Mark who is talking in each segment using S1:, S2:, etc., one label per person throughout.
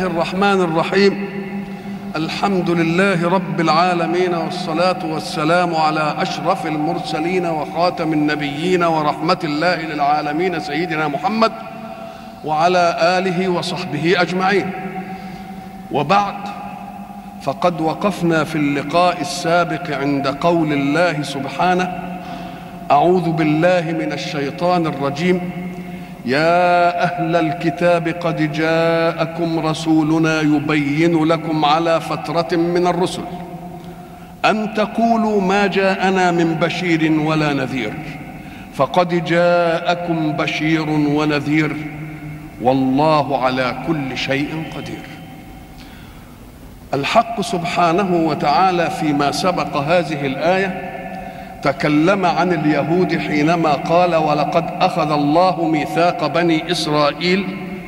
S1: الله الرحمن الرحيم. الحمد لله رب العالمين، والصلاة والسلام على أشرف المرسلين وخاتم النبيين ورحمة الله للعالمين سيدنا محمد وعلى آله وصحبه أجمعين. وبعد، فقد وقفنا في اللقاء السابق عند قول الله سبحانه: أعوذ بالله من الشيطان الرجيم. يا أهل الكتاب قد جاءكم رسولنا يبين لكم على فترة من الرسل أن تقولوا ما جاءنا من بشير ولا نذير، فقد جاءكم بشير ونذير والله على كل شيء قدير. الحق سبحانه وتعالى فيما سبق هذه الآية تكلم عن اليهود حينما قال: ولقد أخذ الله ميثاق بني إسرائيل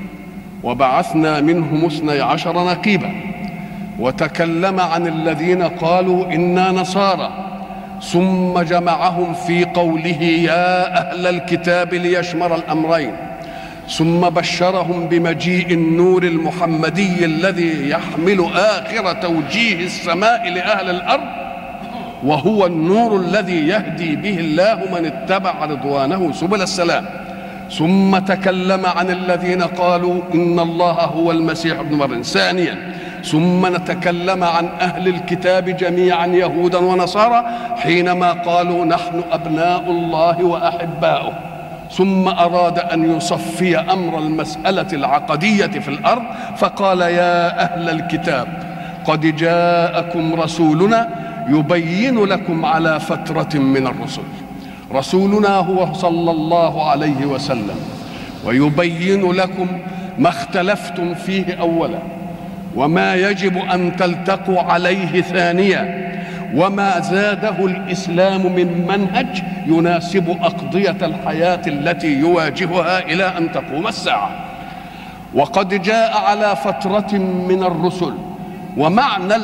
S1: وبعثنا منهم 12 نقيبا. وتكلم عن الذين قالوا إنا نصارى، ثم جمعهم في قوله: يا أهل الكتاب ليشمر الأمرين، ثم بشرهم بمجيء النور المحمدي الذي يحمل آخر توجيه السماء لأهل الأرض، وهو النور الذي يهدي به الله من اتبع رضوانه سبل السلام. ثم تكلم عن الذين قالوا إن الله هو المسيح ابن مريم. ثانيا، ثم نتكلم عن أهل الكتاب جميعا يهودا ونصارى حينما قالوا نحن أبناء الله وأحباؤه. ثم أراد أن يصفي أمر المسألة العقدية في الأرض فقال: يا أهل الكتاب قد جاءكم رسولنا يبين لكم على فترة من الرسل. رسولنا هو صلى الله عليه وسلم، ويبين لكم ما اختلفتم فيه أولا، وما يجب أن تلتقوا عليه ثانيا، وما زاده الإسلام من منهج يناسب أقضية الحياة التي يواجهها إلى أن تقوم الساعة. وقد جاء على فترة من الرسل. ومعنى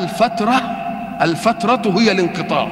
S1: الفترة هي الانقطاع،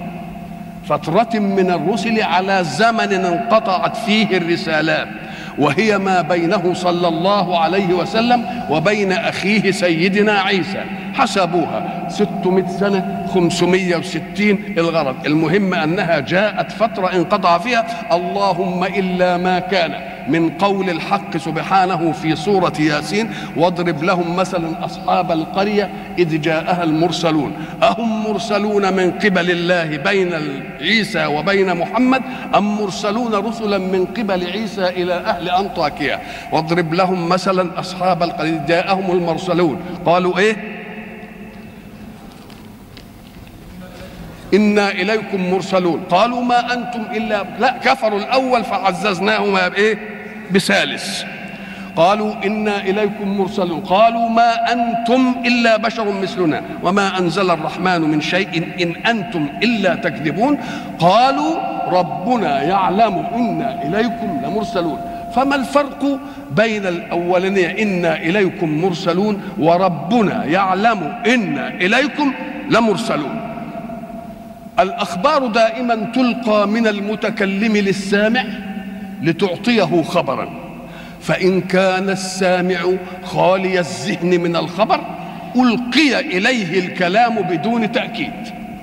S1: فترة من الرسل على زمن انقطعت فيه الرسالات، وهي ما بينه صلى الله عليه وسلم وبين أخيه سيدنا عيسى. حسبوها 600 سنة 560 الغرض. المهم أنها جاءت فترة انقطع فيها، اللهم إلا ما كان من قول الحق سبحانه في سورة ياسين: واضرب لهم مثلا أصحاب القرية إذ جاءها المرسلون أهم مرسلون من قبل الله بين عيسى وبين محمد أم مرسلون رسلا من قبل عيسى إلى أهل أنطاكيا. واضرب لهم مثلا أصحاب القرية جاءهم المرسلون قالوا إيه؟ إنا إليكم مرسلون. قالوا ما أنتم إلا كفروا الأول فعززناهما بإيه؟ بثالث. قالوا إنا إليكم مرسلون. قالوا ما أنتم إلا بشر مثلنا وما أنزل الرحمن من شيء إن أنتم إلا تكذبون. قالوا ربنا يعلم إنا إليكم لمرسلون. فما الفرق بين الأولانية إنا إليكم مرسلون وربنا يعلم إنا إليكم لمرسلون؟ الأخبار دائما تلقى من المتكلم للسامع لتعطيه خبرا، فإن كان السامع خالي الذهن من الخبر ألقي إليه الكلام بدون تأكيد.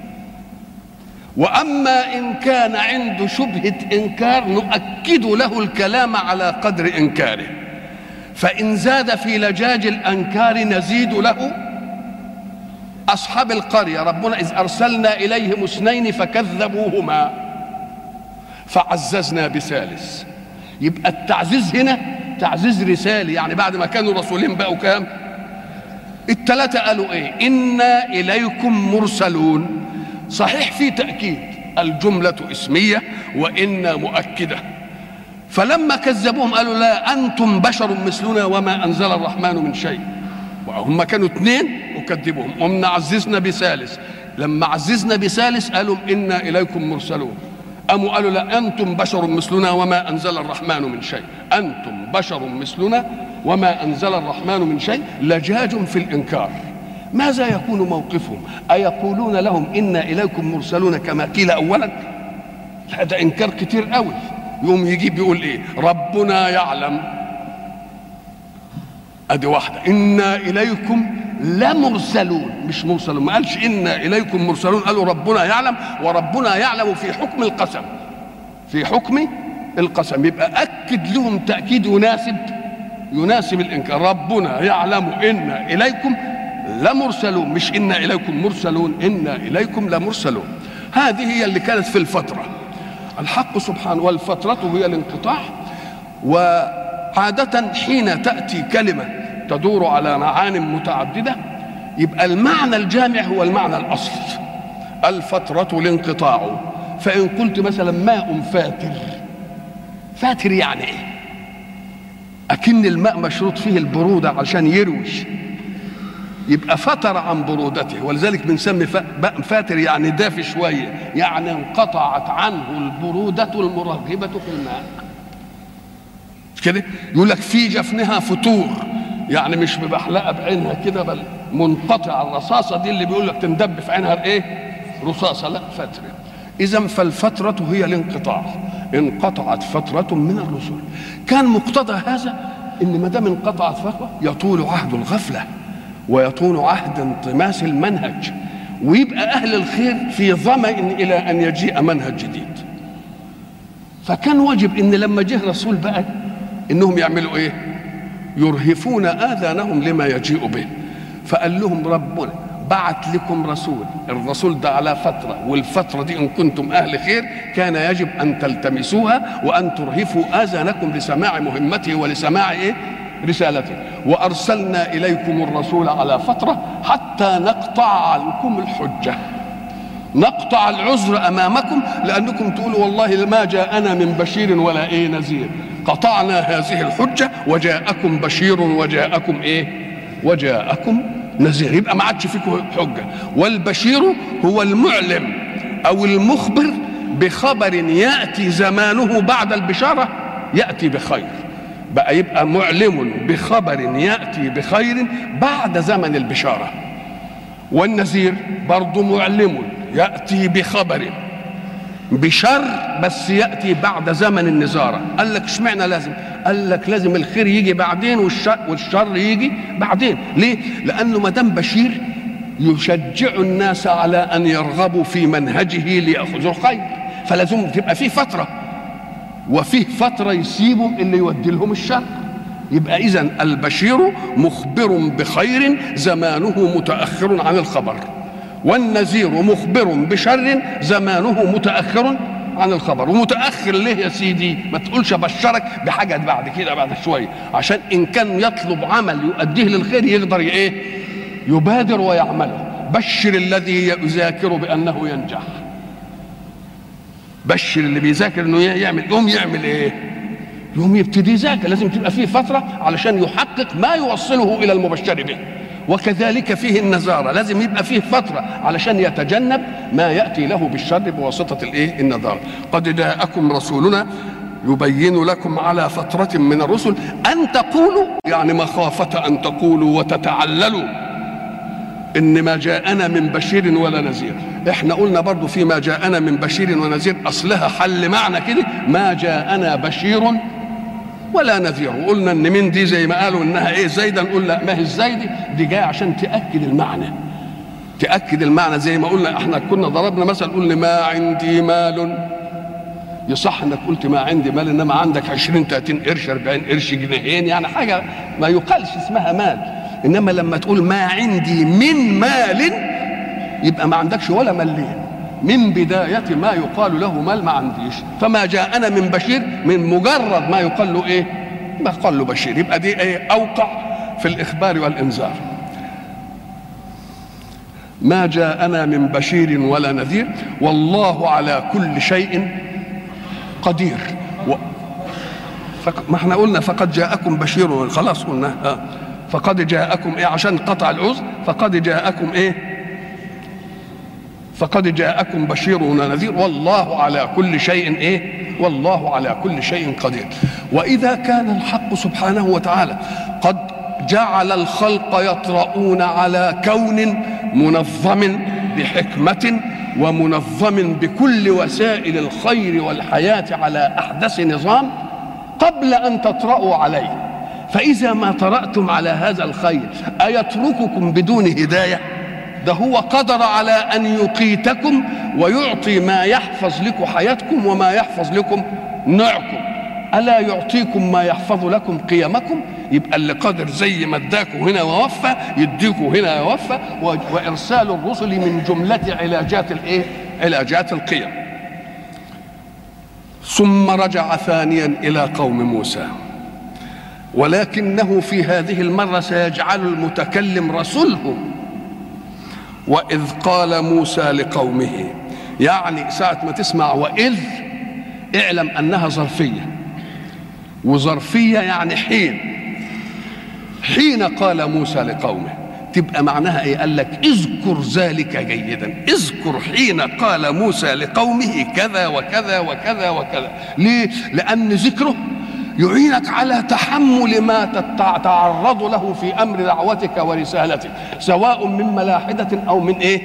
S1: وأما إن كان عنده شبهة إنكار نؤكد له الكلام على قدر إنكاره، فإن زاد في لجاج الأنكار نزيد له. أصحاب القرية ربنا إذ أرسلنا إليهم 2 فكذبوهما فعززنا بثالث. يبقى التعزيز هنا تعزيز رسالي، يعني بعد ما كانوا رسولين بقوا كام؟ 3 قالوا إيه؟ إنا إليكم مرسلون. صحيح في تأكيد، الجملة اسمية وإنا مؤكدة. فلما كذبوهم قالوا لا أنتم بشر مثلنا وما أنزل الرحمن من شيء. وهم كانوا 2 وكذبوهم، ومن عززنا بثالث. لما عززنا بثالث قالوا إنا إليكم مرسلون. قاموا قالوا لا أنتم بشر مثلنا وما أنزل الرحمن من شيء. أنتم بشر مثلنا وما أنزل الرحمن من شيء. لجاج في الإنكار. ماذا يكون موقفهم؟ أيقولون لهم إنا إليكم مرسلون كما قيل أولا؟ هذا إنكار كتير قوي. يوم يجيب يقول إيه؟ ربنا يعلم ادي واحده. انا اليكم لمرسلون، مش مرسلون، ما قالش انا اليكم مرسلون، قالوا ربنا يعلم، وربنا يعلم في حكم القسم، في حكم القسم. يبقى اكد لهم تاكيد يناسب الانكار. ربنا يعلم انا اليكم لمرسلون، مش انا اليكم مرسلون، انا اليكم لمرسلون. هذه هي اللي كانت في الفتره. الحق سبحانه، والفتره هي الانقطاع. وعاده حين تاتي كلمه تدور على معان متعدده يبقى المعنى الجامع هو المعنى الاصلي. الفتره الانقطاع. فان قلت مثلا ماء فاتر، فاتر يعني ايه؟ اكن الماء مشروط فيه البروده عشان يروش، يبقى فتر عن برودته، ولذلك بنسمي ماء فاتر يعني دافي شويه، يعني انقطعت عنه البروده المرغبه في الماء. مش كده؟ يقول لك في جفنها فتور، يعني مش مبحلقه بعينها كده، بل منقطع. الرصاصه دي اللي بيقول لك تندب في عينها ايه؟ رصاصه، لا فتره. اذا فالفتره هي الانقطاع. انقطعت فتره من الرسل. كان مقتضى هذا ان ما دام انقطعت فتره يطول عهد الغفله ويطول عهد انطماس المنهج، ويبقى اهل الخير في ظمأ الى ان يجيء منهج جديد. فكان واجب ان لما جه رسول بقى انهم يعملوا ايه؟ يرهفون اذانهم لما يجيء به. فقال لهم ربنا بعت لكم رسول، الرسول ده على فتره، والفتره دي ان كنتم اهل خير كان يجب ان تلتمسوها وان ترهفوا اذانكم لسماع مهمته ولسماع ايه؟ رسالته. وارسلنا اليكم الرسول على فتره حتى نقطع عنكم الحجه، نقطع العذر امامكم، لانكم تقولوا والله ما جاءنا من بشير ولا ايه نذير. قطعنا هذه الحجه وجاءكم بشير وجاءكم ايه؟ وجاءكم نذير. يبقى ما عادش فيكم حجه. والبشير هو المعلم او المخبر بخبر ياتي زمانه بعد البشاره ياتي بخير، بقى يبقى معلم بخبر ياتي بخير بعد زمن البشاره. والنذير برضه معلم ياتي بخبر بشر بس ياتي بعد زمن النذاره. قال لك اشمعنى لازم؟ قال لك لازم الخير يجي بعدين والشر يجي بعدين. ليه؟ لانه ما دام بشير يشجع الناس على ان يرغبوا في منهجه ليأخذوا الخير، فلازم تبقى فيه فتره، وفيه فتره يسيبوا اللي يودي لهم الشر. يبقى اذن البشير مخبر بخير زمانه متاخر عن الخبر، والنذير مخبر بشر زمانه متاخر عن الخبر. ومتاخر ليه يا سيدي؟ ما تقولش ابشرك بحاجه بعد كده بعد شويه، عشان ان كان يطلب عمل يؤديه للخير يقدر ايه؟ يبادر ويعمله. بشر الذي يذاكر بانه ينجح، بشر اللي بيذاكر انه يعمل، يوم يعمل ايه؟ يوم يبتدي يذاكر. لازم تبقى فيه فتره علشان يحقق ما يوصله الى المبشر به. وكذلك فيه النذارة، لازم يبقى فيه فترة علشان يتجنب ما يأتي له بالشر بواسطة الايه؟ النذارة. قد جاءكم رسولنا يبين لكم على فترة من الرسل أن تقولوا، يعني مخافة أن تقولوا وتتعللوا إن ما جاءنا من بشير ولا نذير. احنا قلنا برضو في ما جاءنا من بشير ونذير أصلها حل معنى كده، ما جاءنا بشير ولا نذير. وقلنا ان من دي زي ما قالوا انها ايه؟ زايده. نقول لا، ما هي الزايده دي جايه عشان تاكد المعنى، تاكد المعنى. زي ما قلنا احنا كنا ضربنا مثل، قلنا ما عندي مال. يصح انك قلت ما عندي مال، انما عندك 20 30 قرش 40 قرش جنيهين، يعني حاجه ما يقالش اسمها مال. انما لما تقول ما عندي من مال يبقى ما عندكش ولا ملين. من بداية ما يقال له مال ما عنديش. فما جاءنا من بشير من مجرد ما يقال له ايه؟ ما قال له بشير، يبقى دي ايه؟ اوقع في الاخبار والانذار. ما جاءنا من بشير ولا نذير والله على كل شيء قدير. ما احنا قلنا فقد جاءكم بشير، خلاص قلنا فقد جاءكم ايه عشان قطع العذر. فقد جاءكم ايه؟ فقد جاءكم بشير ونذير والله على كل شيء ايه؟ والله على كل شيء قدير. واذا كان الحق سبحانه وتعالى قد جعل الخلق يطرؤون على كون منظم بحكمة ومنظم بكل وسائل الخير والحياة على أحدث نظام قبل أن تطرأوا عليه، فإذا ما طرأتم على هذا الخير أيترككم بدون هداية؟ ده هو قدر على أن يقيتكم ويعطي ما يحفظ لكم حياتكم وما يحفظ لكم نوعكم. ألا يعطيكم ما يحفظ لكم قيمكم؟ يبقى اللي قادر زي ما اداكم هنا ووفى يديكم هنا ووفى. وإرسال الرسل من جملة علاجات الايه؟ علاجات القيم. ثم رجع ثانيا إلى قوم موسى، ولكنه في هذه المرة سيجعل المتكلم رسولهم. وإذ قال موسى لقومه، يعني ساعة ما تسمع وإذ اعلم أنها ظرفية، وظرفية يعني حين قال موسى لقومه، تبقى معناها ايه؟ قال لك اذكر ذلك جيدا، اذكر حين قال موسى لقومه كذا وكذا وكذا وكذا. ليه؟ لأن ذكره يعينك على تحمل ما تتعرض له في أمر دعوتك ورسالتك، سواء من ملاحدة أو من ايه؟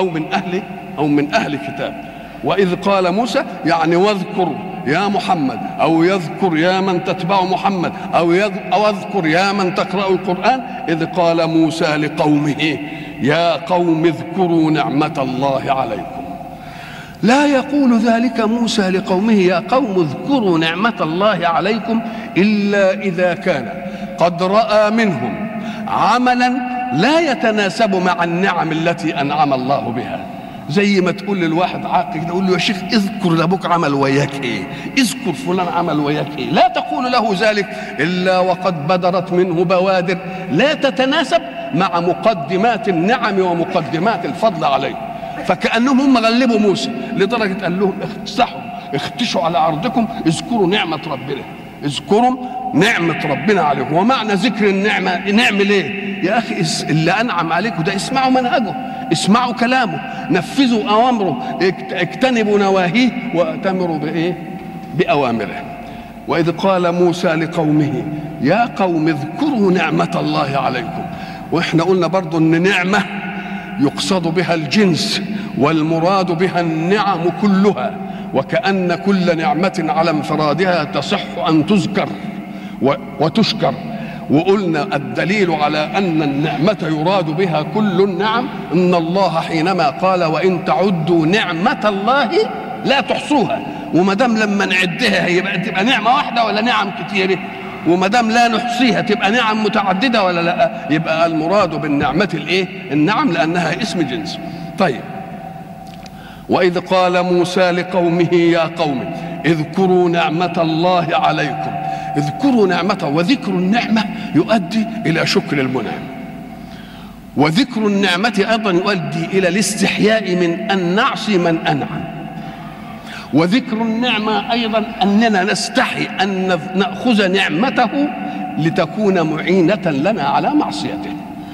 S1: أو من أهل كتاب. وإذ قال موسى يعني واذكر يا محمد، أو يذكر يا من تتبع محمد، أو اذكر يا من تقرأ القرآن، إذ قال موسى لقومه يا قوم اذكروا نعمة الله عليكم. لا يقول ذلك موسى لقومه يا قوم اذكروا نعمة الله عليكم إلا إذا كان قد رأى منهم عملا لا يتناسب مع النعم التي أنعم الله بها. زي ما تقول للواحد عاقل تقول له يا شيخ اذكر لابوك عمل وياك ايه، اذكر فلان عمل وياك ايه. لا تقول له ذلك الا وقد بدرت منه بوادر لا تتناسب مع مقدمات النعم ومقدمات الفضل عليه. فكأنهم هم غلبوا موسى لدرجة قال لهم اختشوا على أرضكم، اذكروا نعمة ربنا، اذكروا نعمة ربنا عليكم. ومعنى ذكر النعمة، نعمة ليه يا أخي؟ اللي أنعم عليكم ده اسمعوا منهجه، اسمعوا كلامه، نفذوا أوامره، اجتنبوا نواهيه وأتمروا بأوامره. وإذ قال موسى لقومه يا قوم اذكروا نعمة الله عليكم. وإحنا قلنا برضو أن نعمة يقصد بها الجنس والمراد بها النعم كلها، وكأن كل نعمة على انفرادها تصح أن تذكر وتشكر. وقلنا الدليل على أن النعمة يراد بها كل النعم إن الله حينما قال وإن تعدوا نعمة الله لا تحصوها. وما دام لما نعدها هي تبقى نعمة واحدة ولا نعم كتيرة؟ وما دام لا نحصيها تبقى نعم متعددة ولا لا؟ يبقى المراد بالنعمة النعم لأنها اسم جنس. طيب، وإذ قال موسى لقومه يا قوم اذكروا نعمة الله عليكم. اذكروا نعمته، وذكر النعمة يؤدي إلى شكر المنعم، وذكر النعمة أيضا يؤدي إلى الاستحياء من أن نعصي من أنعم. وذكر النعمة أيضا أننا نستحي أن نأخذ نعمته لتكون معينة لنا على معصيته.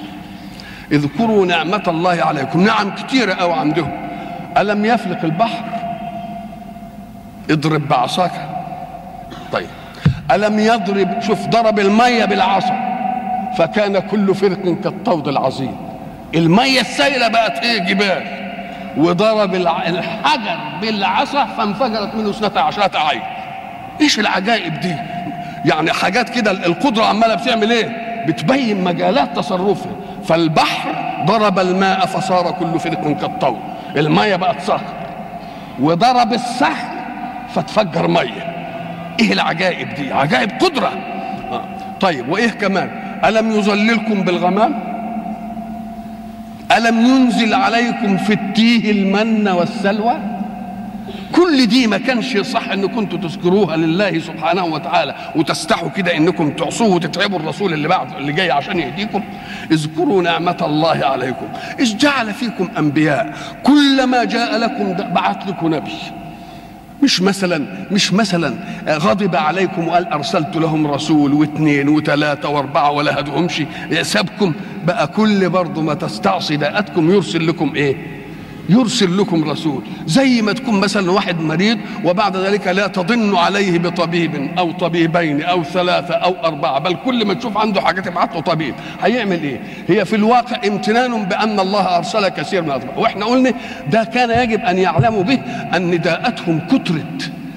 S1: اذكروا نعمة الله عليكم، نعم كتيرة أو عندهم. ألم يفلق البحر؟ اضرب بعصاك. طيب، ألم يضرب، شوف ضرب المية بالعصا فكان كل فرق كالطود العظيم. المية السائلة بقت جبال. وضرب الحجر بالعصا فانفجرت منه 12 عين. ايش العجائب دي؟ يعني حاجات كده القدرة عمالة بتعمل بتبين مجالات تصرفها. فالبحر ضرب الماء فصار كل فرق كالطود، المية بقت صخر. وضرب السحل فتفجر مية. ايه العجائب دي؟ عجائب قدرة. طيب، وايه كمان؟ ألم يظللكم بالغمام؟ ألم ينزل عليكم في التيه المن والسلوى؟ كل دي ما كانش صح ان كنتوا تذكروها لله سبحانه وتعالى وتستحوا كده انكم تعصوه وتتعبوا الرسول اللي جاي عشان يهديكم. اذكروا نعمة الله عليكم إذ جعل فيكم أنبياء، كلما جاء لكم بعث لكم نبي. مش مثلا غضب عليكم وقال أرسلت لهم رسول واثنين وثلاثة واربعة ولا هدهمش، سابكم بقى كل برضو ما تستعصي داءتكم يرسل لكم يرسل لكم رسول. زي ما تكون مثلا واحد مريض وبعد ذلك لا تضن عليه بطبيب أو طبيبين أو ثلاثة أو أربعة، بل كل ما تشوف عنده حاجة تبعت له طبيب. هيعمل هي في الواقع امتنان بأن الله أرسل كثير من الأطباء. وإحنا قلنا ده كان يجب أن يعلموا به أن داءتهم كترت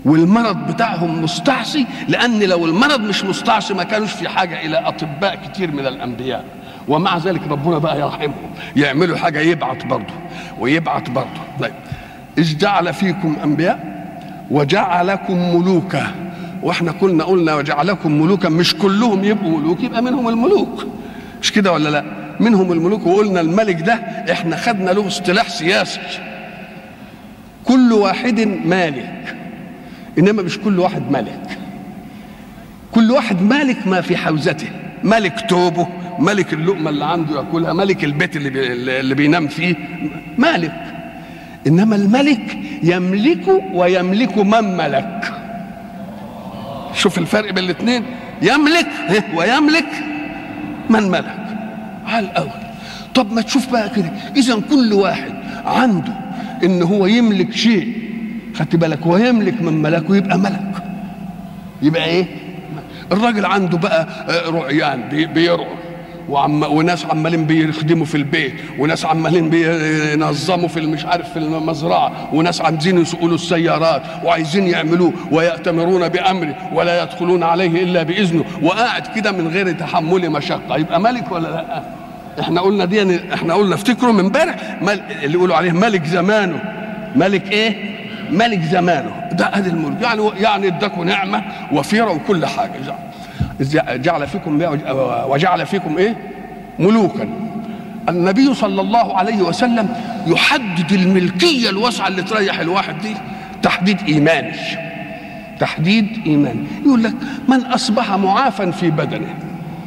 S1: والمرض بتاعهم مستعصي، لأن لو المرض مش مستعصي ما كانوش في حاجة إلى أطباء كتير من الأنبياء. ومع ذلك ربنا بقى يرحمهم، يعملوا حاجة يبعت برضه ويبعت برضه. طيب، إذ جعل فيكم أنبياء وجعلكم ملوكا. واحنا قلنا وجعلكم ملوكا، مش كلهم يبقوا ملوك، يبقى منهم الملوك، مش كده ولا لا؟ منهم الملوك. وقلنا الملك ده احنا خدنا له اصطلاح سياسي، كل واحد مالك، انما مش كل واحد ملك. كل واحد مالك ما في حوزته، ملك توبه، ملك اللقمه اللي عنده ياكلها، ملك البيت اللي بينام فيه، مالك. انما الملك يملك ويملك من ملك. شوف الفرق بين الاثنين، يملك ويملك من ملك على الاول. طب ما تشوف بقى كده، اذا كل واحد عنده ان هو يملك شيء، خدت بالك، ويملك من ملكه، يبقى ملك. يبقى ايه؟ الراجل عنده بقى رعيان بيرعوا، وناس عمالين بيخدموا في البيت، وناس عمالين بينظموا في مش عارف في المزرعه، وناس عايزين يسوقوا السيارات وعايزين يعملوه، ويأتمرون بأمره ولا يدخلون عليه الا بإذنه، وقاعد كده من غير تحمل مشقه، يبقى ملك ولا لا؟ احنا قلنا دي، احنا قلنا افتكروا من امبارح اللي يقولوا عليه ملك زمانه. ملك ايه؟ ملك زمانه. ده ادي الملك، يعني اداكم نعمه وفيره وكل حاجه. جعل فيكم وجعل فيكم ايه؟ ملوكا. النبي صلى الله عليه وسلم يحدد الملكيه الواسعه اللي تريح الواحد دي تحديد ايماني. تحديد ايماني. يقول لك: من اصبح معافا في بدنه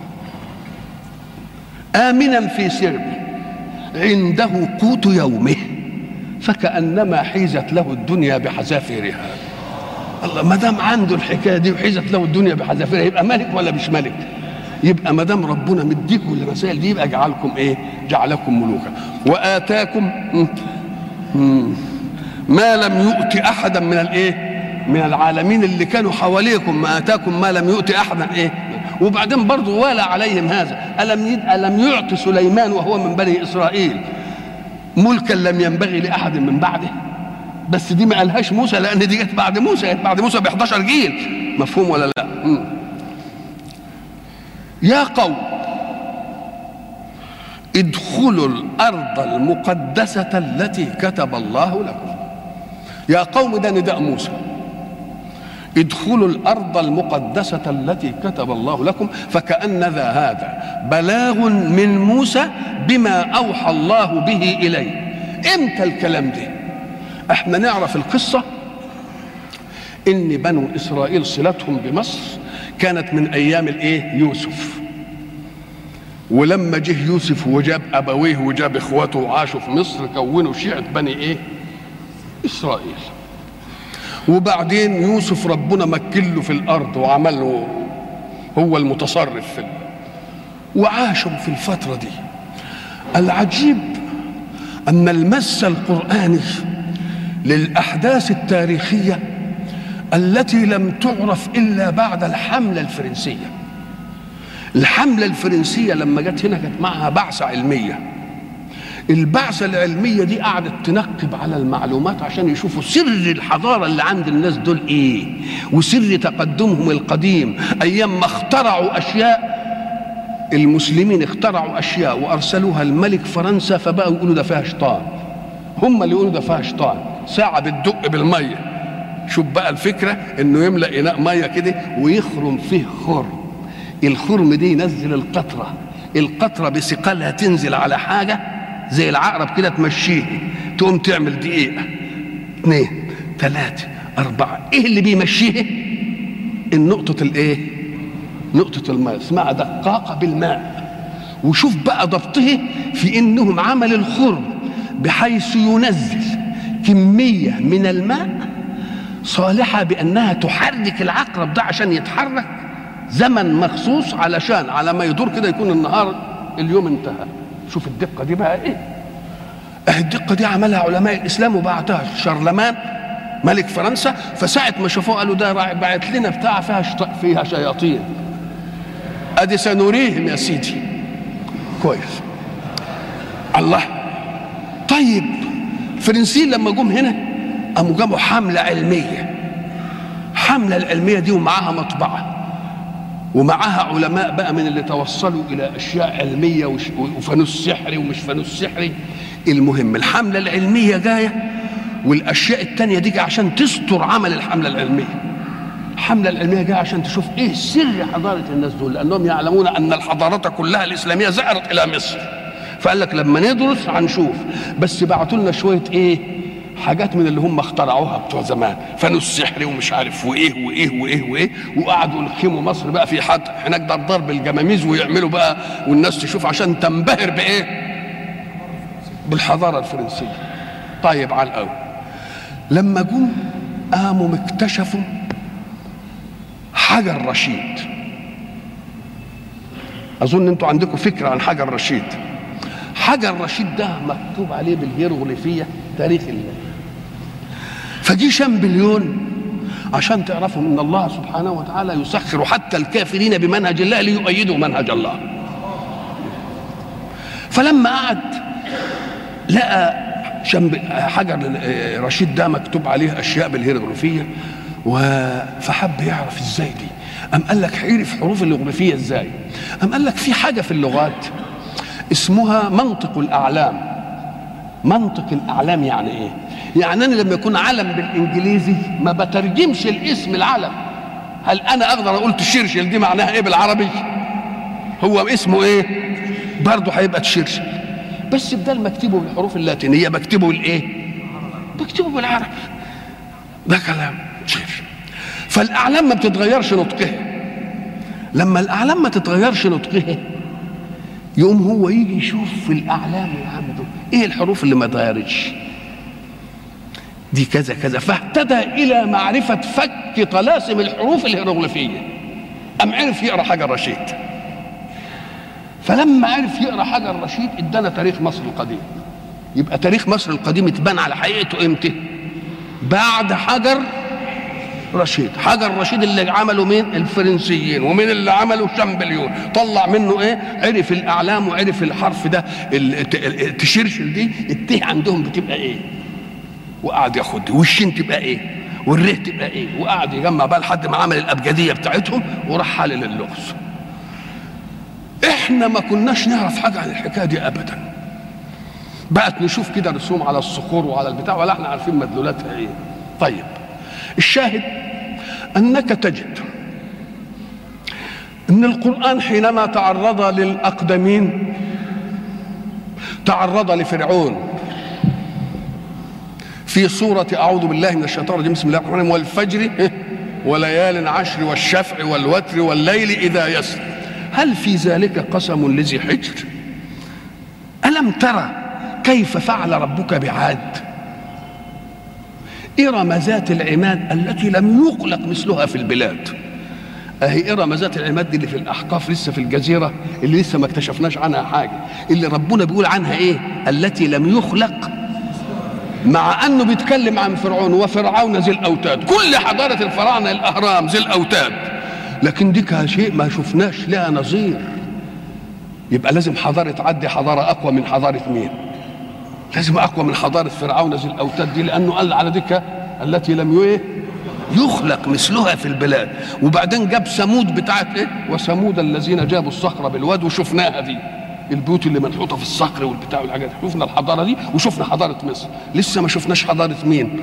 S1: آمنا في سربه عنده قوت يومه فكأنما حيزت له الدنيا بحذافيرها. الله، ما دام عنده الحكايه دي وحيزت له الدنيا بحذافيرها، يبقى ملك ولا مش ملك؟ يبقى ما دام ربنا مديكم المسائل دي، يبقى جعلكم ايه؟ جعلكم ملوكا. وآتاكم ما لم يؤت احدا من الايه؟ من العالمين اللي كانوا حواليكم. ما آتاكم ما لم يؤت احدا ايه؟ وبعدين برضه والى عليهم هذا. ألم يعط سليمان وهو من بني إسرائيل ملكا لم ينبغي لأحد من بعده؟ بس دي ما قالهاش موسى، لأن دي جت بعد موسى، جت بعد موسى ب11 جيل. مفهوم ولا لا؟ يا قوم ادخلوا الأرض المقدسة التي كتب الله لكم. يا قوم ده نداء موسى. ادخلوا الأرض المقدسة التي كتب الله لكم، فكأن هذا بلاغ من موسى بما أوحى الله به إليه. امتى الكلام ده؟ احنا نعرف القصة ان بنو إسرائيل صلتهم بمصر كانت من أيام الايه؟ يوسف. ولما جه يوسف وجاب أبويه وجاب إخواته وعاشوا في مصر، كونوا شيعة بني ايه؟ إسرائيل. وبعدين يوسف ربنا مكن له في الارض وعمله هو المتصرف في وعاشوا في الفتره دي. العجيب ان المس القراني للاحداث التاريخيه التي لم تعرف الا بعد الحمله الفرنسيه. الحمله الفرنسيه لما جت هنا كانت معها بعثه علميه. البعثة العلمية دي قعدت تنقب على المعلومات عشان يشوفوا سر الحضارة اللي عند الناس دول ايه، وسر تقدمهم القديم. ايام ما اخترعوا اشياء، المسلمين اخترعوا اشياء وارسلوها الملك فرنسا، فبقوا يقولوا ده فيها شيطان. هم اللي يقولوا ده فيها شيطان. ساعة بتدق بالمية. شوف بقى الفكرة، انه يملأ اناء مية كده ويخرم فيه خرم. الخرم دي ينزل القطرة، القطرة بثقلها تنزل على حاجة زي العقرب كده، تمشيه تقوم تعمل دقيقة 2 3 4. ايه اللي بيمشيه؟ النقطة الايه؟ نقطة الماء، اسمها دقاقة بالماء. وشوف بقى ضبطه في انهم عمل الخرم بحيث ينزل كمية من الماء صالحة بانها تحرك العقرب ده عشان يتحرك زمن مخصوص، علشان على ما يدور كده يكون النهار اليوم انتهى. شوف الدقة دي بقى ايه؟ الدقة دي عملها علماء الاسلام وبعتها شارلمان ملك فرنسا. فساعة ما شافوه قالوا ده بعت لنا بتاع فيها شياطين، ادي سنريهم يا سيدي. كويس. الله. طيب الفرنسيين لما جم هنا قاموا جابوا حملة علمية الحملة العلمية دي ومعاها مطبعة ومعاها علماء بقى من اللي توصلوا إلى أشياء علمية وفانوس سحري ومش فانوس سحري. المهم الحملة العلمية جاية والأشياء التانية دي عشان تستر عمل الحملة العلمية. الحملة العلمية جاية عشان تشوف إيه سر حضارة الناس دول، لأنهم يعلمون أن الحضارات كلها الإسلامية زهرت إلى مصر. فقال لك لما ندرس هنشوف، بس بعتوا لنا شوية إيه حاجات من اللي هم اخترعوها بتوع زمان، فانوس سحري ومش عارف وايه وايه وايه وايه، وقعدوا يلخموا مصر بقى في حد هناك ده ضرب الجماميز ويعملوا بقى والناس تشوف عشان تنبهر بايه؟ بالحضاره الفرنسيه. طيب على الاول لما جم قاموا اكتشفوا حجر رشيد. اظن انتوا عندكم فكره عن حجر رشيد. حجر رشيد ده مكتوب عليه بالهيروغليفيه تاريخ الله. فدي شامبليون عشان تعرفوا ان الله سبحانه وتعالى يسخر حتى الكافرين بمنهج الله ليؤيدوا منهج الله. فلما قعد لقى حجر رشيد ده مكتوب عليه اشياء بالهيروغليفيه فحب يعرف ازاي دي. قام قال لك عرف حروف الهيروغليفيه ازاي؟ قام قال لك في حاجه في اللغات اسمها منطق الاعلام. منطق الاعلام يعني ايه؟ يعني انا لما يكون علم بالانجليزي ما بترجمش الاسم العلم. هل انا اقدر اقول تشرشل دي معناها ايه بالعربي؟ هو اسمه ايه؟ برضه هيبقى تشرشل، بس بدل ما اكتبه بالحروف اللاتينيه بكتبه بالايه؟ بكتبه بالعربي. ده كلام شرشل. فالاعلام ما بتتغيرش نطقها. لما الاعلام ما تتغيرش نطقها يقوم هو يجي يشوف في الاعلام اللي عنده ايه الحروف اللي ما اتغيرتش دي كذا كذا، فاهتدى الى معرفه فك طلاسم الحروف الهيروغليفيه. ام عرف يقرا حجر رشيد. فلما عرف يقرا حجر رشيد ادانا تاريخ مصر القديم. يبقى تاريخ مصر القديم اتبنى على حقيقته امتى؟ بعد حجر رشيد. حجر رشيد اللي عمله مين؟ الفرنسيين. ومن اللي عمله شامبليون. طلع منه ايه؟ عرف الاعلام وعرف الحرف ده تشرشل دي الته عندهم بتبقى ايه، وقعد ياخد والشين تبقى ايه والره تبقى ايه، وقعد يجمع بقى لحد ما عمل الابجديه بتاعتهم وراح حلل اللغز. احنا ما كناش نعرف حاجه عن الحكايه دي ابدا. بقت نشوف كده رسوم على الصخور وعلى البتاع ولا احنا عارفين مدلولاتها ايه. طيب الشاهد انك تجد ان القرآن حينما تعرض للاقدمين تعرض لفرعون في سورة أعوذ بالله من الشيطان الرجيم بسم الله الرحمن الرحيم والفجر وليال عشر والشفع والوتر والليل إذا يسر هل في ذلك قسم لذي حجر ألم ترى كيف فعل ربك بعاد إرم ذات العماد التي لم يخلق مثلها في البلاد. أهي إرم ذات العماد دي اللي في الأحقاف لسه في الجزيرة اللي لسه ما اكتشفناش عنها حاجة، اللي ربنا بيقول عنها إيه؟ التي لم يخلق، مع أنه بيتكلم عن فرعون وفرعون ذي الأوتاد. كل حضارة الفراعنة الأهرام ذي الأوتاد، لكن دي شيء ما شفناش لها نظير. يبقى لازم حضارة تعدي حضارة أقوى من حضارة مين؟ لازم أقوى من حضارة فرعون ذي الأوتاد دي، لأنه قال على ذكر التي لم يخلق مثلها في البلاد. وبعدين جاب ثمود بتاعت إيه؟ وثمود الذين جابوا الصخرة بالواد، وشفناها دي البيوت اللي منحوطة في الصخر والبتاع والحاجات. شفنا الحضارة دي وشفنا حضارة مصر، لسه ما شفناش حضارة مين؟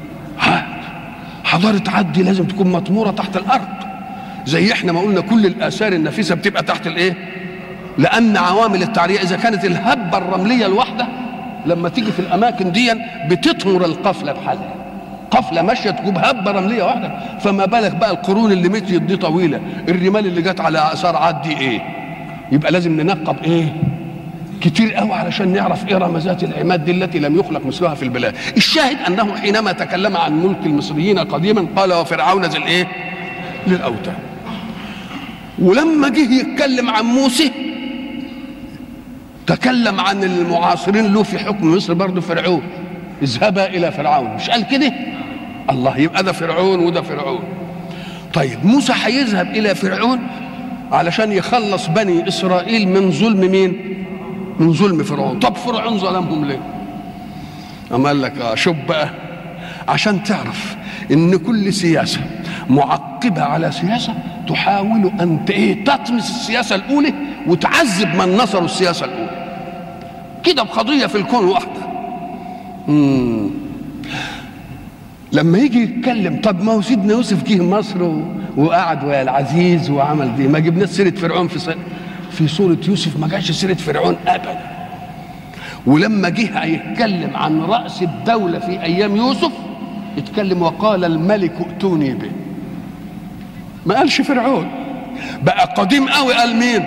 S1: حضارة عدي لازم تكون مطمورة تحت الأرض، زي احنا ما قلنا كل الآثار النفيسة بتبقى تحت الإيه؟ لأن عوامل التعرية إذا كانت الهبة الرملية الواحدة لما تيجي في الأماكن دي بتطمر القفلة بحالها، قفلة ماشية تجيب هبة رملية واحدة، فما بالك بقى القرون اللي مشيت دي طويلة، الرمال اللي جت على آثار عاد دي إيه؟ يبقى لازم ننقب إيه؟ كتير قوي علشان نعرف إيه رمزات العماد دي التي لم يخلق مثلها في البلاد. الشاهد أنه حينما تكلم عن ملك المصريين قديما قال وفرعون ذي الإيه؟ للأوتاد. ولما جه يتكلم عن موسى تكلم عن المعاصرين له في حكم مصر برضه فرعون، اذهبا الى فرعون، مش قال كده؟ الله، يبقى ده فرعون وده فرعون. طيب موسى هيذهب الى فرعون علشان يخلص بني اسرائيل من ظلم مين؟ من ظلم فرعون. طب فرعون ظلمهم ليه؟ اما قال لك شوف بقى عشان تعرف ان كل سياسه معقبة على سياسة تحاول أن تطمس السياسة الأولى وتعذب من نصروا السياسة الأولى كده بقضية في الكون واحدة. لما يجي يتكلم طب ما هو سيدنا يوسف جه مصر وقعد ويا العزيز وعمل دي، ما جبناش سيرة فرعون في سورة يوسف، ما جاش سيرة فرعون أبدا. ولما جه يتكلم عن رأس الدولة في أيام يوسف اتكلم وقال الملك ائتوني به، ما قالش فرعون. بقى قديم قوي قال مين؟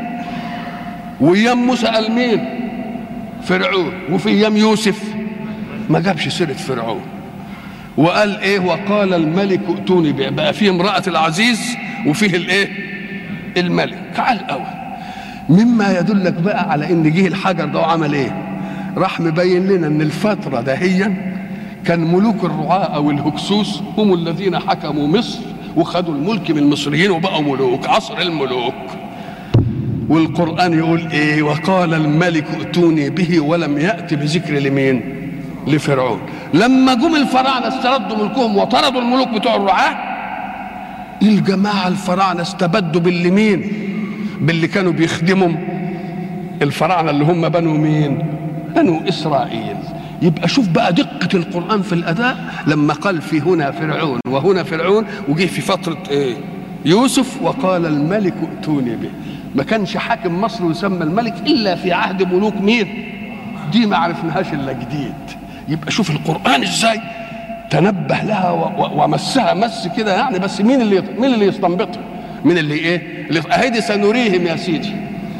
S1: وايام موسى قال مين؟ فرعون. وفي ايام يوسف ما جابش سيره فرعون وقال ايه؟ وقال الملك ائتوني به. بقى فيه امرأة العزيز وفيه الايه؟ الملك. تعال قوي مما يدلك بقى على ان جه الحجر ده وعمل ايه؟ راح مبين لنا ان الفترة دهيا كان ملوك الرعاة او الهكسوس هم الذين حكموا مصر وخدوا الملك من المصريين وبقوا ملوك، عصر الملوك. والقرآن يقول ايه؟ وقال الملك ائتوني به، ولم يأت بذكر لمين؟ لفرعون. لما جم الفراعنة استردوا ملكهم وطردوا الملوك بتوع الرعاة، الجماعة الفراعنة استبدوا باللي مين؟ باللي كانوا بيخدموا الفراعنة اللي هم بنو مين؟ بنو إسرائيل. يبقى شوف بقى دقة القرآن في الأداء لما قال في هنا فرعون وهنا فرعون، وجه في فترة إيه؟ يوسف وقال الملك ائتوني به. ما كانش حاكم مصر يسمى الملك إلا في عهد ملوك مين؟ دي ما عرفناهاش إلا جديد. يبقى شوف القرآن إزاي تنبه لها ومسها مس كده يعني. بس مين اللي يستنبطها؟ مين اللي إيه؟ اللي أهدي سنريهم يا سيدي.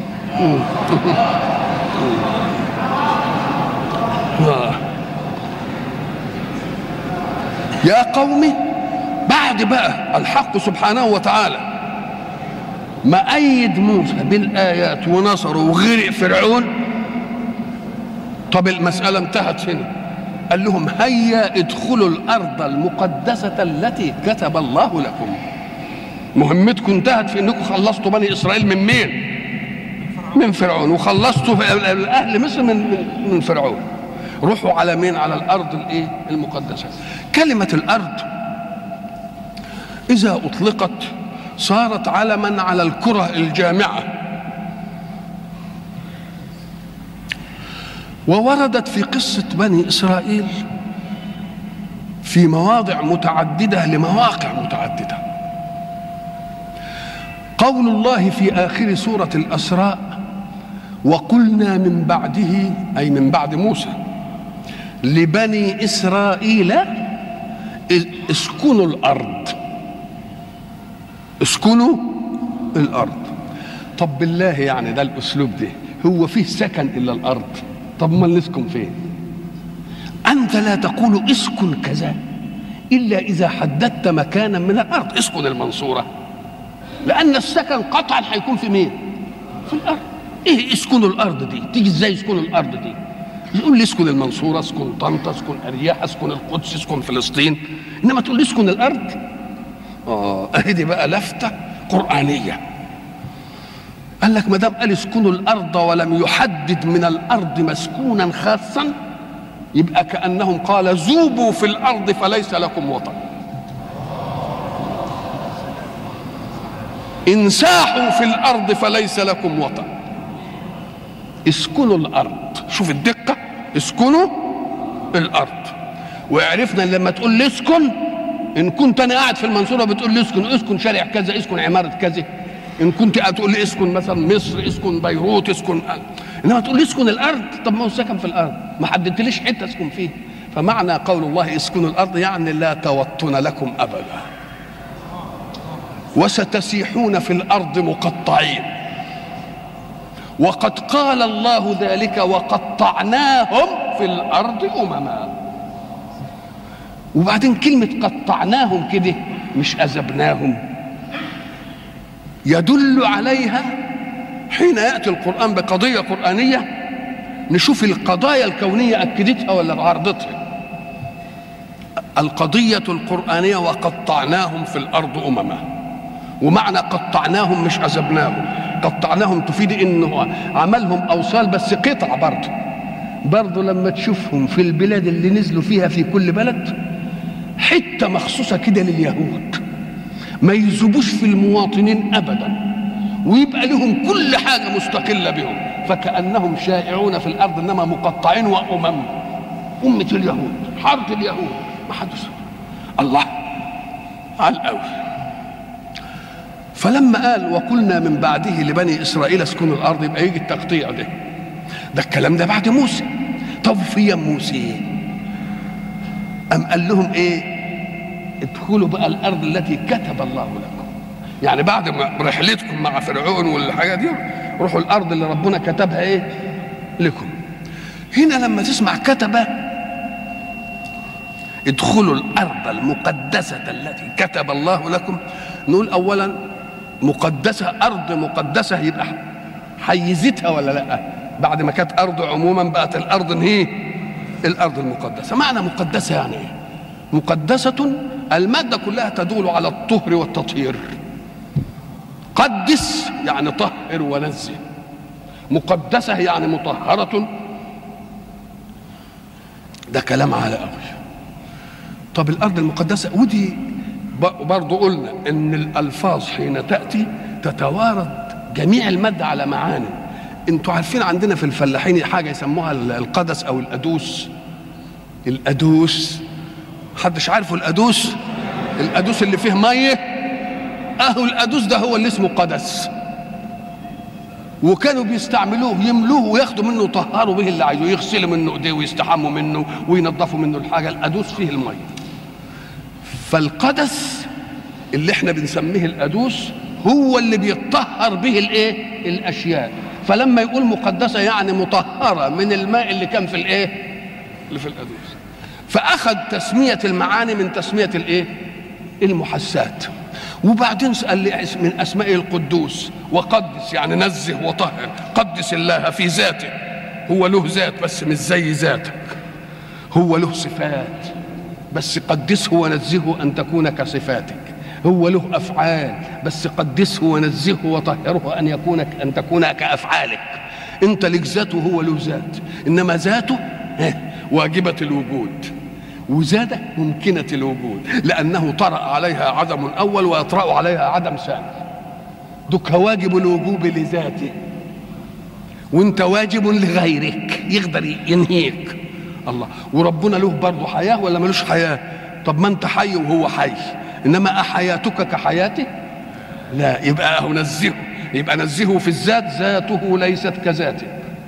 S1: يا قومي، بعد بقى الحق سبحانه وتعالى ما أيد موسى بالآيات ونصره وغرق فرعون، طب المسألة انتهت هنا. قال لهم هيا ادخلوا الأرض المقدسة التي كتب الله لكم. مهمتكم انتهت في انكم خلصتوا بني إسرائيل من مين؟ من فرعون. وخلصتوا أهل مصر من فرعون. روحوا على مين؟ على الأرض الايه؟ المقدسة. كلمة الأرض إذا أطلقت صارت علما على الكرة الجامعة، ووردت في قصة بني إسرائيل في مواضع متعددة لمواقع متعددة. قول الله في آخر سورة الأسراء وقلنا من بعده، أي من بعد موسى، لبني إسرائيل اسكنوا الأرض. اسكنوا الأرض. طب بالله يعني ده الأسلوب ده هو فيه سكن إلا الأرض؟ طب ما نسكن فين؟ أنت لا تقول اسكن كذا إلا إذا حددت مكانا من الأرض. اسكن المنصورة، لأن السكن قطعا هيكون في مين؟ في الأرض. إيه اسكنوا الأرض دي؟ تيجي إزاي اسكنوا الأرض دي؟ يقول لي اسكن المنصورة، اسكن طنطا، اسكن أرياح، اسكن القدس، اسكن فلسطين، إنما تقول لي اسكن الأرض؟ أهدي بقى لفتة قرآنية. قال لك ما دام قال اسكنوا الأرض ولم يحدد من الأرض مسكونا خاصا، يبقى كأنهم قال ذوبوا في الأرض فليس لكم وطن، انساحوا في الأرض فليس لكم وطن. اسكنوا الأرض. شوف الدقة، اسكنوا الأرض. وعرفنا لما تقول لي اسكن، إن كنت أنا قاعد في المنصورة بتقول لي اسكن شارع كذا، اسكن عمارة كذا. إن كنت تقول لي اسكن مثلا مصر، اسكن بيروت، اسكن، إنما تقول لي اسكن الأرض. طب ما هو سكن في الأرض، ما حددتليش حتة اسكن فيه. فمعنى قول الله اسكنوا الأرض يعني لا توطن لكم أبدا، وستسيحون في الأرض مقطعين. وقد قال الله ذلك وقطعناهم في الأرض أمما. وبعدين كلمة قطعناهم كده مش أذبناهم، يدل عليها حين يأتي القرآن بقضية قرآنية نشوف القضايا الكونية أكدتها ولا عرضتها. القضية القرآنية وقطعناهم في الأرض أمما، ومعنى قطعناهم مش عذبناهم. قطعناهم تفيد انه عملهم اوصال بس قطع. برضه لما تشوفهم في البلاد اللي نزلوا فيها في كل بلد حته مخصوصه كده لليهود، ما يذوبوش في المواطنين ابدا، ويبقى لهم كل حاجه مستقله بهم، فكانهم شائعون في الارض انما مقطعين امه اليهود، حرب اليهود، ما حدش الله على الأول. فلما قال وقلنا من بعده لبني إسرائيل اسكنوا الأرض، يبقى يجي التقطيع ده الكلام ده بعد موسى. طب في موسى أم قال لهم إيه؟ ادخلوا بقى الأرض التي كتب الله لكم، يعني بعد ما رحلتكم مع فرعون والحاجة دي روحوا الأرض اللي ربنا كتبها إيه لكم. هنا لما تسمع كتب ادخلوا الأرض المقدسة التي كتب الله لكم، نقول أولا مقدسة، أرض مقدسة يبقى حيزتها ولا لا؟ بعد ما كانت أرض عموما بقت الأرض هي الأرض المقدسة. معنى مقدسة يعني إيه؟ مقدسة المادة كلها تدل على الطهر والتطهير. قدس يعني طهر ونزه، مقدسة يعني مطهرة. ده كلام على قوي. طب الأرض المقدسة، ودي برضو قلنا إن الألفاظ حين تأتي تتوارد جميع المادة على معاني. انتوا عارفين عندنا في الفلاحين حاجة يسموها القدس أو الأدوس. الأدوس محدش عارفه؟ الأدوس اللي فيه مية، أهو الأدوس ده هو اللي اسمه قدس، وكانوا بيستعملوه يملوه وياخدوا منه يطهروا به اللي عايزه، يغسلوا منه ايديه ويستحموا منه وينظفوا منه الحاجة. الأدوس فيه المية. فالقدس اللي احنا بنسميه الأدوس هو اللي بيطهر به الايه؟ الاشياء. فلما يقول مقدسه يعني مطهره من الماء اللي كان في الايه؟ اللي في الأدوس. فاخذ تسميه المعاني من تسميه الايه؟ المحسات. وبعدين قال لي من اسماء القدوس، وقدس يعني نزه وطهر. قدس الله في ذاته، هو له ذات بس مش زي ذاتك، هو له صفات بس قدسه ونزهه ان تكون كصفاتك. هو له افعال بس قدسه ونزهه وطهره ان تكون كافعالك. انت لك ذات وهو له ذات، انما ذاته واجبة الوجود، وزادة ممكنة الوجود، لأنه طرأ عليها عدم أول ويطرأ عليها عدم ثاني. دك واجب الوجوب لذاته، وانت واجب لغيرك يقدر ينهيك. الله. وربنا له برضه حياة ولا ملوش حياة؟ طب ما انت حي وهو حي، انما احياتك كحياته؟ لا. يبقى نزهه، يبقى نزهه في الذات، ذاته ليست كذاتك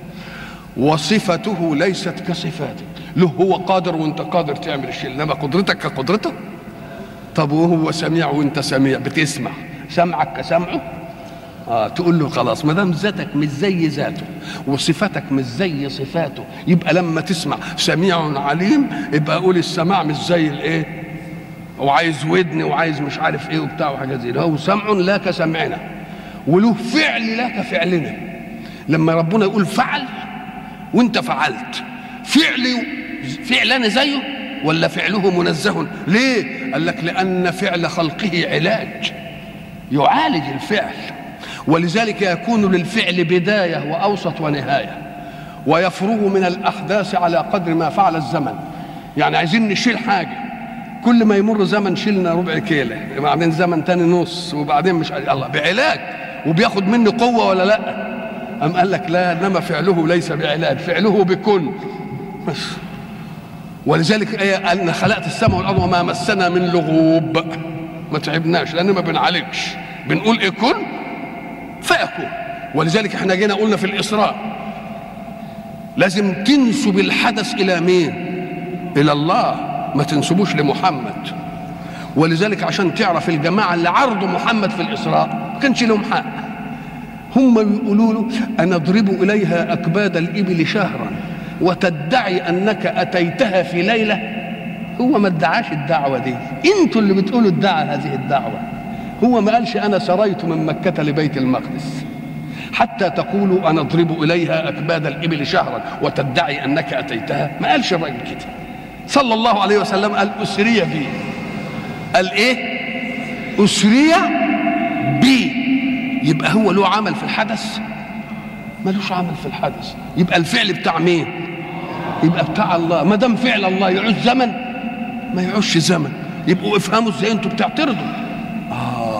S1: وصفته ليست كصفاتك. له هو قادر وانت قادر تعمل الشيء، انما قدرتك كقدرته. طب وهو سميع وانت سميع بتسمع، سمعك كسمعه؟ تقول له خلاص ما دام ذاتك مش زي ذاته وصفاتك مش زي صفاته، يبقى لما تسمع سميع عليم يبقى قول السماع مش زي الايه، وعايز ودن وعايز مش عارف ايه وبتاع وحاجات زي ده. هو سمع لا كسمعنا، وله فعل لا كفعلنا. لما ربنا يقول فعل وانت فعلت، فعلنا زيه ولا فعله منزه؟ ليه؟ قال لك لأن فعل خلقه علاج يعالج الفعل، ولذلك يكون للفعل بداية وأوسط ونهاية، ويفرغ من الأحداث على قدر ما فعل الزمن. يعني عايزين نشيل حاجة، كل ما يمر زمن شيلنا ربع كيلة، وبعدين زمن تاني نص، وبعدين مش الله، بعلاج وبياخد مني قوة ولا لا؟ أم قال لك لا، إنما فعله ليس بعلاج، فعله بكل. ولذلك ايه؟ أن خلقت السماء والأرض وما مسنا من لغوب، ما تعبناش لأن ما بنعالجش، بنقول إيه؟ كن فيكون. ولذلك احنا جينا قلنا في الإسراء لازم تنسب الحدث إلى مين؟ إلى الله، ما تنسبوش لمحمد. ولذلك عشان تعرف الجماعة اللي عرضوا محمد في الإسراء ما كانش لهم حق. هم بيقولوا له أنا أضرب إليها أكباد الإبل شهرا وتدعي أنك أتيتها في ليلة. هو ما ادعاش الدعوة دي، انتوا اللي بتقولوا ادعى هذه الدعوة. هو ما قالش أنا سريت من مكة لبيت المقدس حتى تقولوا أنا أضرب إليها أكباد الإبل شهرا وتدعي أنك أتيتها. ما قالش الراجل كده صلى الله عليه وسلم. قال أسري بي. قال إيه؟ أسري بي. يبقى هو له عمل في الحدث؟ ملوش عمل في الحدث. يبقى الفعل بتاع مين؟ يبقى بتاع الله. ما دام فعل الله يعوز زمن ما يعوزش زمن. يبقوا افهموا ازاي انتوا بتعترضوا.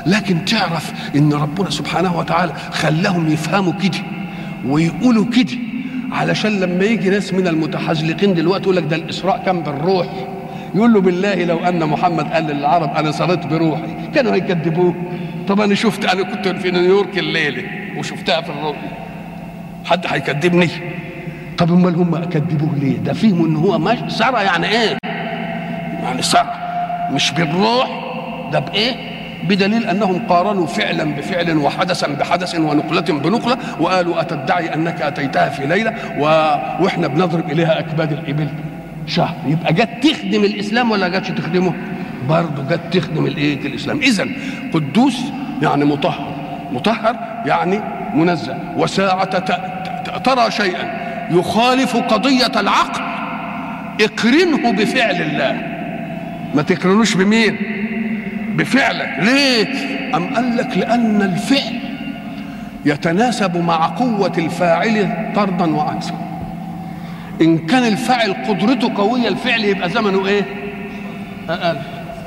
S1: لكن تعرف ان ربنا سبحانه وتعالى خلاهم يفهموا كده ويقولوا كده علشان لما يجي ناس من المتحزلقين دلوقتي يقول لك ده الاسراء كان بالروح، يقول له بالله لو ان محمد قال للعرب انا سريت بروحي كانوا هيكذبوه. طب انا كنت في نيويورك الليله وشفتها في الرؤيا، حد هيكذبني؟ طب امال هم كذبوه ليه؟ ده فيهم ان هو ماشي سرى. يعني ايه؟ يعني سرى مش بالروح، ده بايه؟ بدليل انهم قارنوا فعلا بفعل وحدثا بحدث ونقله بنقله، وقالوا اتدعي انك اتيتها في ليله واحنا بنضرب اليها اكباد الابل شهر. يبقى جت تخدم الاسلام ولا جاتش تخدمه؟ برضه جت تخدم الايه؟ الاسلام. اذا قدوس يعني مطهر، مطهر يعني منزه. وساعة ترى شيئا يخالف قضية العقل اقرنه بفعل الله، ما تقرنوش بمين؟ بفعلك. ليه؟ أم قال لك لأن الفعل يتناسب مع قوة الفاعل طردا وعكسا. إن كان الفاعل قدرته قوية الفعل يبقى زمنه إيه؟ أقل.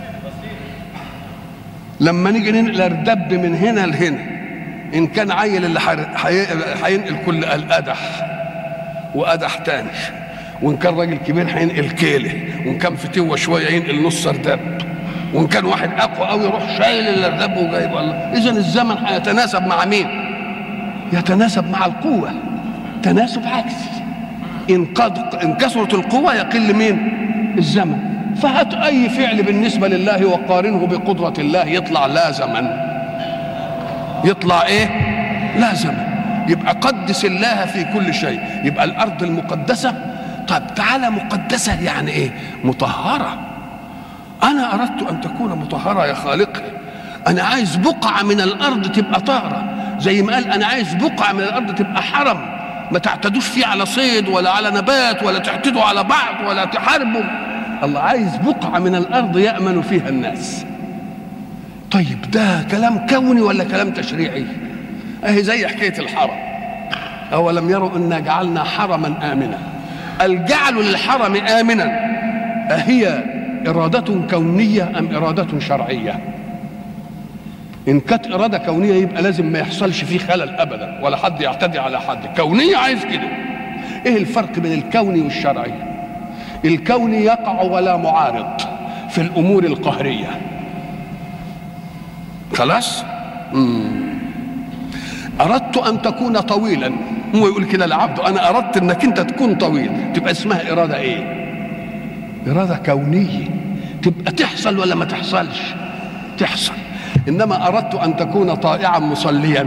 S1: لما نيجي ننقل الدب من هنا لهنا، إن كان عيل اللي هينقل كل القدح وقدح تاني، وإن كان راجل كبير هينقل كيله، وإن كان فتوة شوية ينقل نص ردب، وإن كان واحد أقوى أوي يروح شايل الردب وجايب. الله، إذن الزمن هيتناسب مع مين؟ يتناسب مع القوة تناسب عكسي. إن كثرت القوة يقل مين؟ الزمن. فهات أي فعل بالنسبة لله وقارنه بقدرة الله يطلع لا زمن، يطلع إيه؟ لا زمن. يبقى قدس الله في كل شيء. يبقى الأرض المقدسة، طب تعالى مقدسة يعني إيه؟ مطهرة. أنا أردت أن تكون مطهرة يا خالقي، أنا عايز بقعة من الأرض تبقى طاهرة، زي ما قال أنا عايز بقعة من الأرض تبقى حرم ما تعتدوش فيه على صيد ولا على نبات ولا تعتدوا على بعض ولا تحاربوا. الله عايز بقعة من الأرض يأمن فيها الناس. طيب ده كلام كوني ولا كلام تشريعي؟ أهي زي حكاية الحرم، أولم يروا إنا جعلنا حرما آمنا. الجعل للحرم آمنا أهي إرادة كونية أم إرادة شرعية؟ إن كانت إرادة كونية يبقى لازم ما يحصلش فيه خلل أبدا ولا حد يعتدي على حد. كونية عايز كده. إيه الفرق بين الكوني والشرعي؟ الكوني يقع ولا معارض في الأمور القهرية، خلاص. أردت أن تكون طويلا، هو يقول كده لعبده أنا أردت أنك أنت تكون طويل، تبقى اسمها إرادة إيه؟ إرادة كونية، تبقى تحصل ولا ما تحصلش؟ تحصل. إنما أردت أن تكون طائعا مصليا،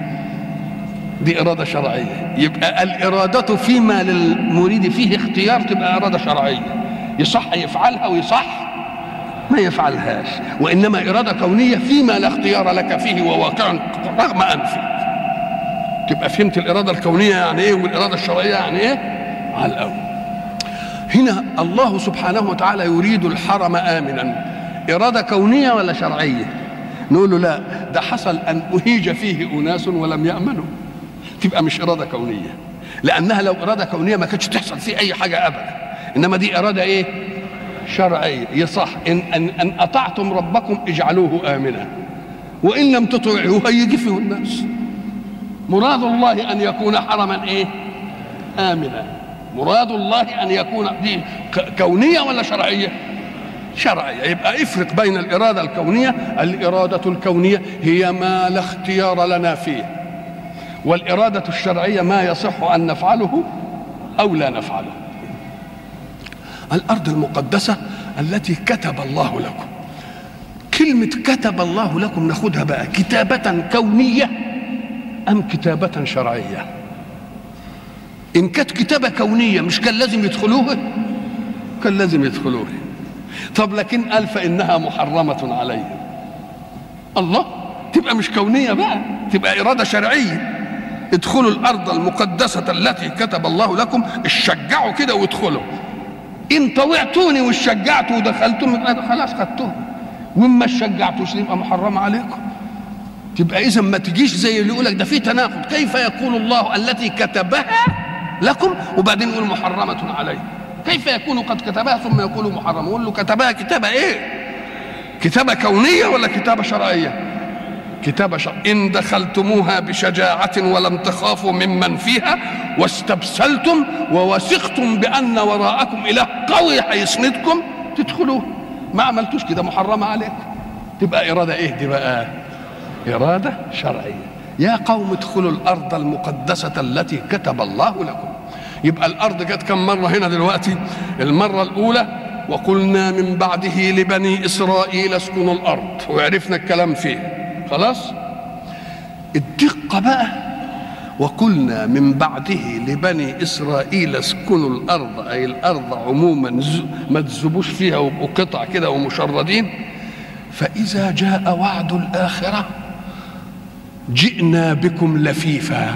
S1: دي إرادة شرعية. يبقى الإرادة فيما للمريد فيه اختيار تبقى إرادة شرعية، يصح يفعلها ويصح ما يفعلهاش. وإنما إرادة كونية فيما لا اختيار لك فيه وواقع رغم أنفك. تبقى فهمت الإرادة الكونية يعني إيه والإرادة الشرعية يعني إيه على الأول. هنا الله سبحانه وتعالى يريد الحرم آمنا، إرادة كونية ولا شرعية؟ نقول له لا، ده حصل أن أهيج فيه أناس ولم يأمنوا، تبقى مش إرادة كونية، لأنها لو إرادة كونية ما كانتش تحصل فيه أي حاجة أبدا. إنما دي إرادة إيه؟ شرعية. يصح إن أطعتم ربكم اجعلوه آمنا، وإن لم تطيعوه هيجي فيه الناس. مراد الله أن يكون حرما إيه؟ آمنا. مراد الله أن يكون دي كونية ولا شرعية؟ شرعية. يبقى افرق بين الإرادة الكونية، الإرادة الكونية هي ما لا اختيار لنا فيه، والإرادة الشرعية ما يصح أن نفعله أو لا نفعله. الأرض المقدسة التي كتب الله لكم، كلمة كتب الله لكم ناخدها بقى كتابة كونية أم كتابة شرعية؟ إن كانت كتابة كونية مش كان لازم يدخلوها؟ كان لازم يدخلوها. طب لكن قال فإنها محرمة عليهم. الله، تبقى مش كونية بقى، تبقى إرادة شرعية. ادخلوا الأرض المقدسة التي كتب الله لكم، اشجعوا كده وادخلوا. إن طوعتوني وشجعتوا ودخلتم خلاص خدتوه، وإما شجعتوش يبقى محرمة عليكم. تبقى إذا ما تجيش زي اللي يقولك ده في تناقض، كيف يقول الله التي كتبها لكم وبعدين يقول محرمة عليكم؟ كيف يكون قد كتبها ثم يقول محرمة؟ يقول له كتبها كتابة إيه؟ كتابة كونية ولا كتابة شرعية؟ كتاب إن دخلتموها بشجاعة ولم تخافوا ممن فيها واستبسلتم ووثقتم بأن وراءكم إله قوي هيسندكم تدخلوه. ما عملتوش كده محرمة عليكم، تبقى إرادة إيه دي بقى؟ إرادة شرعية. يا قوم ادخلوا الأرض المقدسة التي كتب الله لكم. يبقى الأرض جت كم مرة هنا دلوقتي؟ المرة الأولى وقلنا من بعده لبني إسرائيل اسكنوا الأرض، وعرفنا الكلام فيه خلاص. الدقة بقى وقلنا من بعده لبني إسرائيل اسكنوا الأرض، أي الأرض عموما ما تذوبوش فيها ويبقوا قطع كده ومشردين. فإذا جاء وعد الآخرة جئنا بكم لفيفا،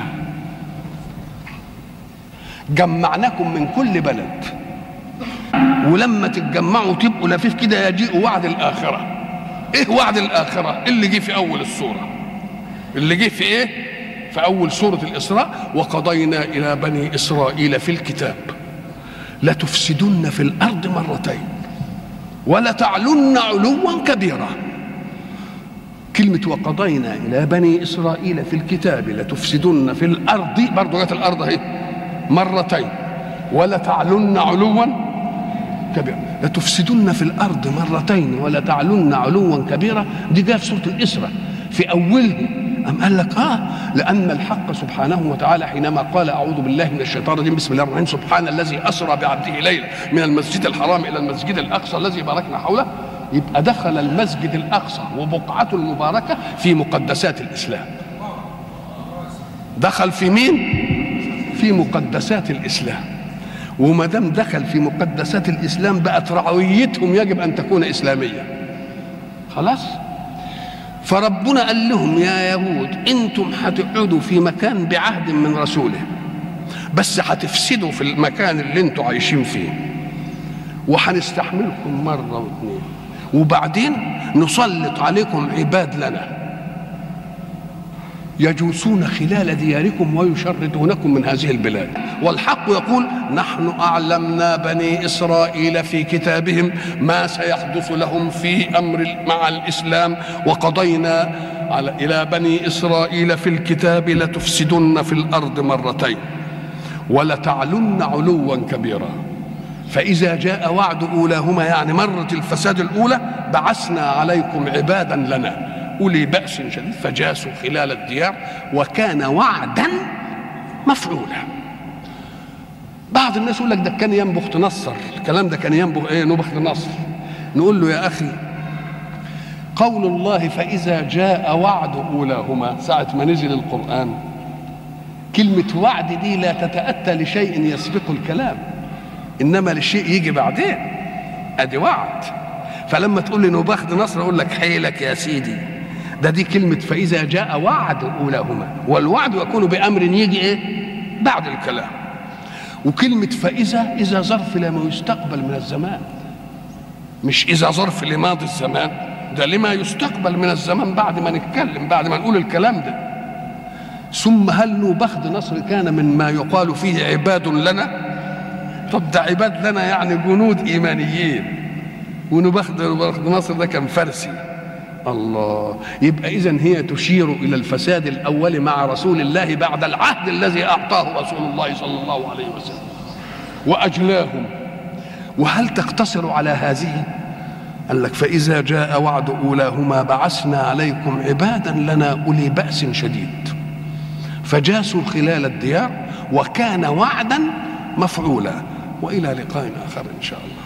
S1: جمعناكم من كل بلد، ولما تتجمعوا تبقوا لفيف كده يجيء وعد الآخرة. ايه وعد الآخرة؟ اللي جه في أول السورة، اللي جه في ايه؟ في أول سورة الإسراء. وقضينا إلى بني إسرائيل في الكتاب لتفسدن في الأرض مرتين ولتعلن علوا كبيرا. كلمة وقضينا إلى بني إسرائيل في الكتاب لتفسدن في الأرض، برضو جت الأرض اهي مرتين، ولتعلن علوا كبيرا. لتفسدن في الأرض مرتين ولتعلن علوا كبيرا، دي جاء في سورة الإسراء في أولها. أم قال لك لأن الحق سبحانه وتعالى حينما قال أعوذ بالله من الشيطان الرجيم بسم الله الرحمن الرحيم سبحان الذي أسرى بعبده ليلا من المسجد الحرام إلى المسجد الأقصى الذي باركنا حوله، يبقى دخل المسجد الأقصى وبقعته المباركة في مقدسات الإسلام. دخل في مين؟ في مقدسات الإسلام. وما دام دخل في مقدسات الإسلام بقت رعويتهم يجب أن تكون إسلامية خلاص. فربنا قال لهم يا يهود انتم هتقعدوا في مكان بعهد من رسوله، بس هتفسدوا في المكان اللي انتم عايشين فيه، وهنستحملكم مرة واثنين، وبعدين نسلط عليكم عباد لنا يجوسون خلال دياركم ويشردونكم من هذه البلاد. والحق يقول نحن أعلمنا بني إسرائيل في كتابهم ما سيحدث لهم في أمر مع الإسلام وقضينا إلى بني إسرائيل في الكتاب لتفسدن في الأرض مرتين ولتعلن علوا كبيرا. فإذا جاء وعد أولاهما، يعني مرة الفساد الأولى، بعثنا عليكم عبادا لنا أولي بأس شديد فجاسوا خلال الديار وكان وعدا مفعولا. بعض الناس يقول لك ده كان ينبغ تنصر، الكلام ده كان ينبغ ايه؟ نبخ نصر. نقول له يا أخي قول الله فإذا جاء وعد أولاهما ساعة ما نزل القرآن، كلمة وعد دي لا تتأتى لشيء يسبق الكلام، إنما لشيء يجي بعدين، أدي وعد. فلما تقول لي نبخ نصر أقول لك حيلك يا سيدي، دي كلمة فإذا جاء وعد أولاهما، والوعد يكون بأمر يجي إيه؟ بعد الكلام. وكلمة فإذا ظرف لما يستقبل من الزمان، مش إذا ظرف لماضي الزمان، ده لما يستقبل من الزمان بعد ما نتكلم، بعد ما نقول الكلام ده. ثم هل نبخ نصر كان من ما يقال فيه عباد لنا؟ طب ده عباد لنا يعني جنود إيمانيين، ونبخ نصر ده كان فارسي. الله، يبقى إذن هي تشير إلى الفساد الأول مع رسول الله بعد العهد الذي أعطاه رسول الله صلى الله عليه وسلم وأجلاهم. وهل تقتصر على هذه؟ قال لك فإذا جاء وعد أولاهما بعثنا عليكم عبادا لنا أولي بأس شديد فجاسوا خلال الديار وكان وعدا مفعولا. وإلى لقاء آخر إن شاء الله.